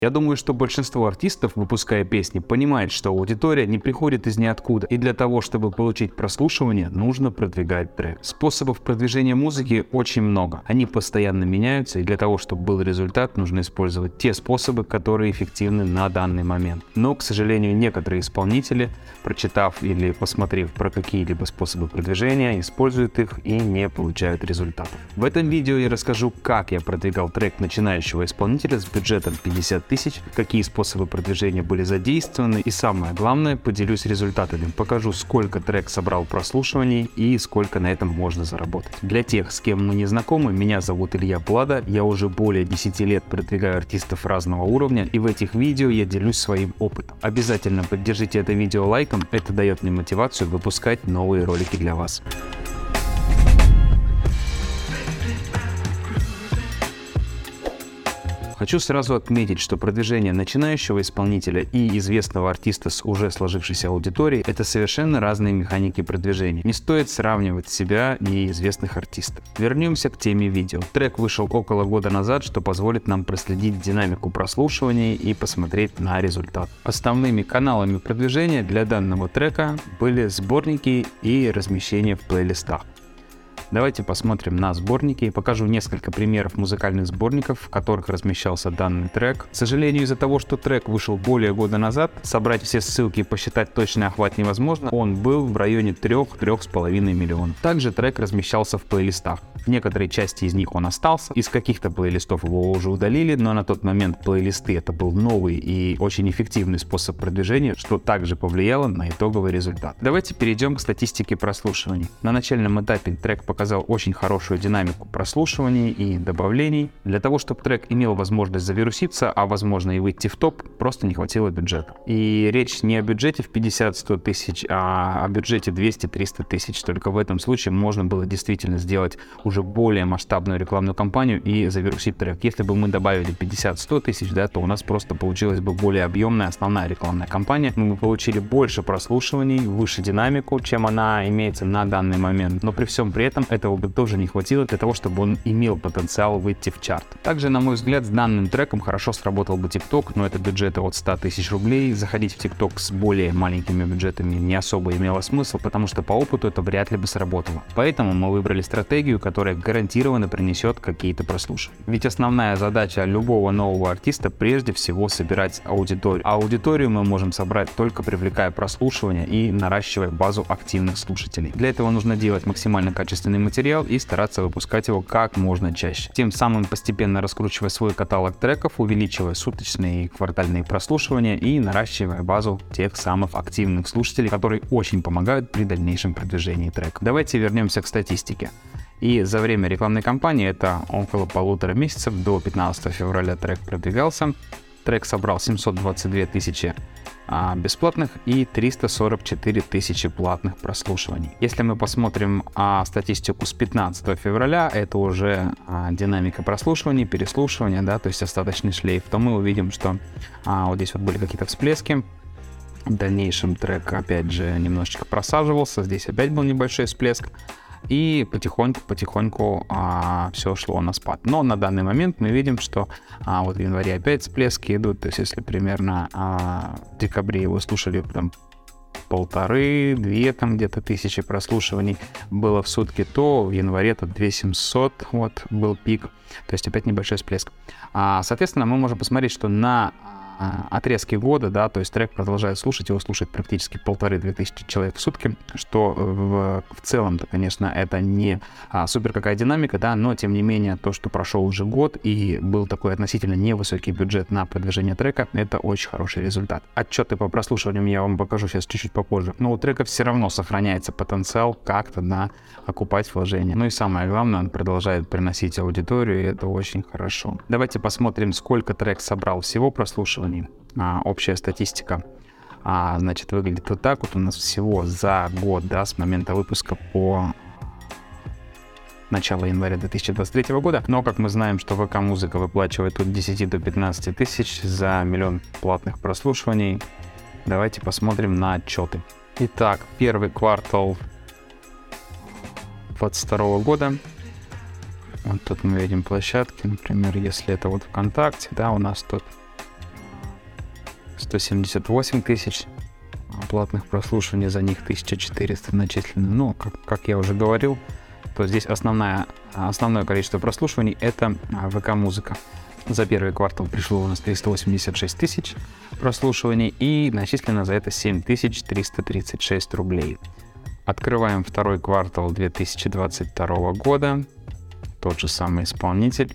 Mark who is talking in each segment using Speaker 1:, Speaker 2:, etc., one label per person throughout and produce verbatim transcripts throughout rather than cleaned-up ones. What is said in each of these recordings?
Speaker 1: Я думаю, что большинство артистов, выпуская песни, понимает, что аудитория не приходит из ниоткуда, и для того, чтобы получить прослушивание, нужно продвигать трек. Способов продвижения музыки очень много. Они постоянно меняются, и для того, чтобы был результат, нужно использовать те способы, которые эффективны на данный момент. Но, к сожалению, некоторые исполнители, прочитав или посмотрев про какие-либо способы продвижения, используют их и не получают результатов. В этом видео я расскажу, как я продвигал трек начинающего исполнителя с бюджетом пятьдесят тысяч, какие способы продвижения были задействованы, и самое главное, поделюсь результатами, покажу, сколько трек собрал прослушиваний и сколько на этом можно заработать. Для тех, с кем мы не знакомы, меня зовут Илья Плада, я уже более десяти лет продвигаю артистов разного уровня, и в этих видео я делюсь своим опытом. Обязательно поддержите это видео лайком, это дает мне мотивацию выпускать новые ролики для вас. Хочу сразу отметить, что продвижение начинающего исполнителя и известного артиста с уже сложившейся аудиторией – это совершенно разные механики продвижения. Не стоит сравнивать себя и известных артистов. Вернемся к теме видео. Трек вышел около года назад, что позволит нам проследить динамику прослушивания и посмотреть на результат. Основными каналами продвижения для данного трека были сборники и размещение в плейлистах. Давайте посмотрим на сборники и покажу несколько примеров музыкальных сборников, в которых размещался данный трек. К сожалению, из-за того, что трек вышел более года назад, собрать все ссылки и посчитать точный охват невозможно, он был в районе трёх-трёх с половиной миллионов. Также трек размещался в плейлистах. В некоторой части из них он остался, из каких-то плейлистов его уже удалили, но на тот момент плейлисты это был новый и очень эффективный способ продвижения, что также повлияло на итоговый результат. Давайте перейдем к статистике прослушиваний. На начальном этапе трек показал очень хорошую динамику прослушиваний и добавлений. Для того, чтобы трек имел возможность завируситься, а возможно и выйти в топ, просто не хватило бюджета. И речь не о бюджете в пятьдесят-сто тысяч, а о бюджете двести-триста тысяч. Только в этом случае можно было действительно сделать уже более масштабную рекламную кампанию и завирусить трек. Если бы мы добавили пятьдесят-сто тысяч, да, то у нас просто получилась бы более объемная основная рекламная кампания. Мы бы получили больше прослушиваний, выше динамику, чем она имеется на данный момент. Но при всем при этом этого бы тоже не хватило для того, чтобы он имел потенциал выйти в чарт. Также, на мой взгляд, с данным треком хорошо сработал бы TikTok, но это бюджеты от ста тысяч рублей. Заходить в TikTok с более маленькими бюджетами не особо имело смысл, потому что по опыту это вряд ли бы сработало. Поэтому мы выбрали стратегию, которая гарантированно принесет какие-то прослушивания. Ведь основная задача любого нового артиста прежде всего собирать аудиторию. А аудиторию мы можем собрать только привлекая прослушивания и наращивая базу активных слушателей. Для этого нужно делать максимально качественный материал и стараться выпускать его как можно чаще. Тем самым постепенно раскручивая свой каталог треков, увеличивая суточные и квартальные прослушивания и наращивая базу тех самых активных слушателей, которые очень помогают при дальнейшем продвижении трека. Давайте вернемся к статистике. И за время рекламной кампании, это около полутора месяцев, до пятнадцатого февраля трек продвигался. Трек собрал семьсот двадцать две тысячи а, бесплатных и триста сорок четыре тысячи платных прослушиваний. Если мы посмотрим а, статистику с пятнадцатого февраля, это уже а, динамика прослушиваний, переслушивания, да, то есть остаточный шлейф, то мы увидим, что а, вот здесь вот были какие-то всплески. В дальнейшем трек опять же немножечко просаживался, здесь опять был небольшой всплеск. И потихоньку-потихоньку а, все шло на спад. Но на данный момент мы видим, что а, вот в январе опять всплески идут. То есть если примерно а, в декабре его слушали там полторы, две там где-то тысячи прослушиваний было в сутки, то в январе это две тысячи семьсот вот был пик. То есть опять небольшой всплеск. А, соответственно, мы можем посмотреть, что на отрезки года, да, то есть трек продолжает слушать, его слушает практически полторы-две тысячи человек в сутки, что в, в целом-то, конечно, это не а, супер какая динамика, да, но тем не менее то, что прошел уже год и был такой относительно невысокий бюджет на продвижение трека, это очень хороший результат. Отчеты по прослушиваниям я вам покажу сейчас чуть-чуть попозже, но у трека все равно сохраняется потенциал как-то, да, окупать вложения. Ну и самое главное, он продолжает приносить аудиторию, и это очень хорошо. Давайте посмотрим, сколько трек собрал всего прослушиваний. А, общая статистика, а, значит, выглядит вот так. Вот у нас всего за год, да, с момента выпуска по начало января две тысячи двадцать третьего года. Но, как мы знаем, что ВК-музыка выплачивает от десяти до пятнадцати тысяч за миллион платных прослушиваний. Давайте посмотрим на отчеты. Итак, первый квартал двадцать второго года. Вот тут мы видим площадки, например, если это вот ВКонтакте, да, у нас тут сто семьдесят восемь тысяч платных прослушиваний, за них тысяча четыреста начислено. Ну, как, как я уже говорил, то здесь основная, основное количество прослушиваний — это ВК-музыка. За первый квартал пришло у нас триста восемьдесят шесть тысяч прослушиваний и начислено за это семь тысяч триста тридцать шесть рублей. Открываем второй квартал две тысячи двадцать второго года. Тот же самый исполнитель,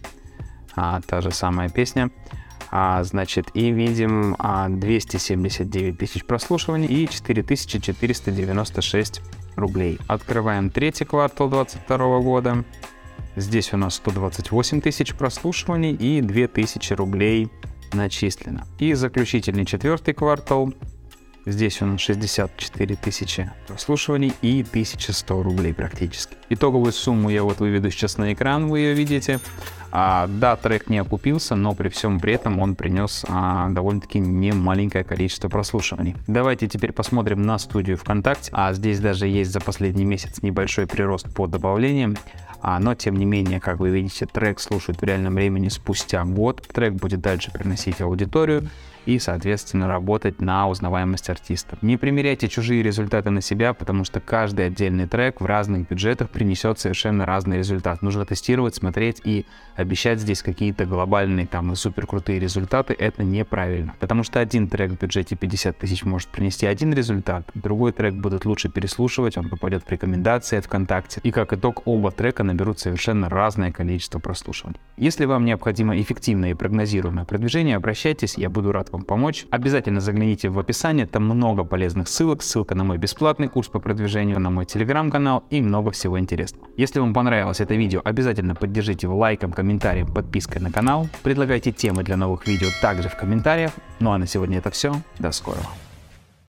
Speaker 1: а, та же самая песня. А, значит, и видим а, двести семьдесят девять тысяч прослушиваний и четыре тысячи четыреста девяносто шесть рублей. Открываем третий квартал две тысячи двадцать второго года. Здесь у нас сто двадцать восемь тысяч прослушиваний и две тысячи рублей начислено. И заключительный четвертый квартал. Здесь у нас шестьдесят четыре тысячи прослушиваний и тысяча сто рублей практически. Итоговую сумму я вот выведу сейчас на экран, вы ее видите. А, да, трек не окупился, но при всем при этом он принес а, довольно-таки немаленькое количество прослушиваний. Давайте теперь посмотрим на студию ВКонтакте. А здесь даже есть за последний месяц небольшой прирост по добавлениям. А, но тем не менее, как вы видите, трек слушают в реальном времени спустя год. Трек будет дальше приносить аудиторию и, соответственно, работать на узнаваемость артиста. Не примеряйте чужие результаты на себя, потому что каждый отдельный трек в разных бюджетах принесет совершенно разный результат. Нужно тестировать, смотреть, и обещать здесь какие-то глобальные там и супер крутые результаты — это неправильно. Потому что один трек в бюджете пятьдесят тысяч может принести один результат, другой трек будут лучше переслушивать, он попадет в рекомендации от ВКонтакте, и как итог оба трека наберут совершенно разное количество прослушиваний. Если вам необходимо эффективное и прогнозируемое продвижение, обращайтесь, я буду рад вам помочь. Обязательно загляните в описание, там много полезных ссылок, ссылка на мой бесплатный курс по продвижению, на мой телеграм-канал и много всего интересного. Если вам понравилось это видео, обязательно поддержите его лайком, комментарием, подпиской на канал. Предлагайте темы для новых видео также в комментариях. Ну а на сегодня это все. До скорого.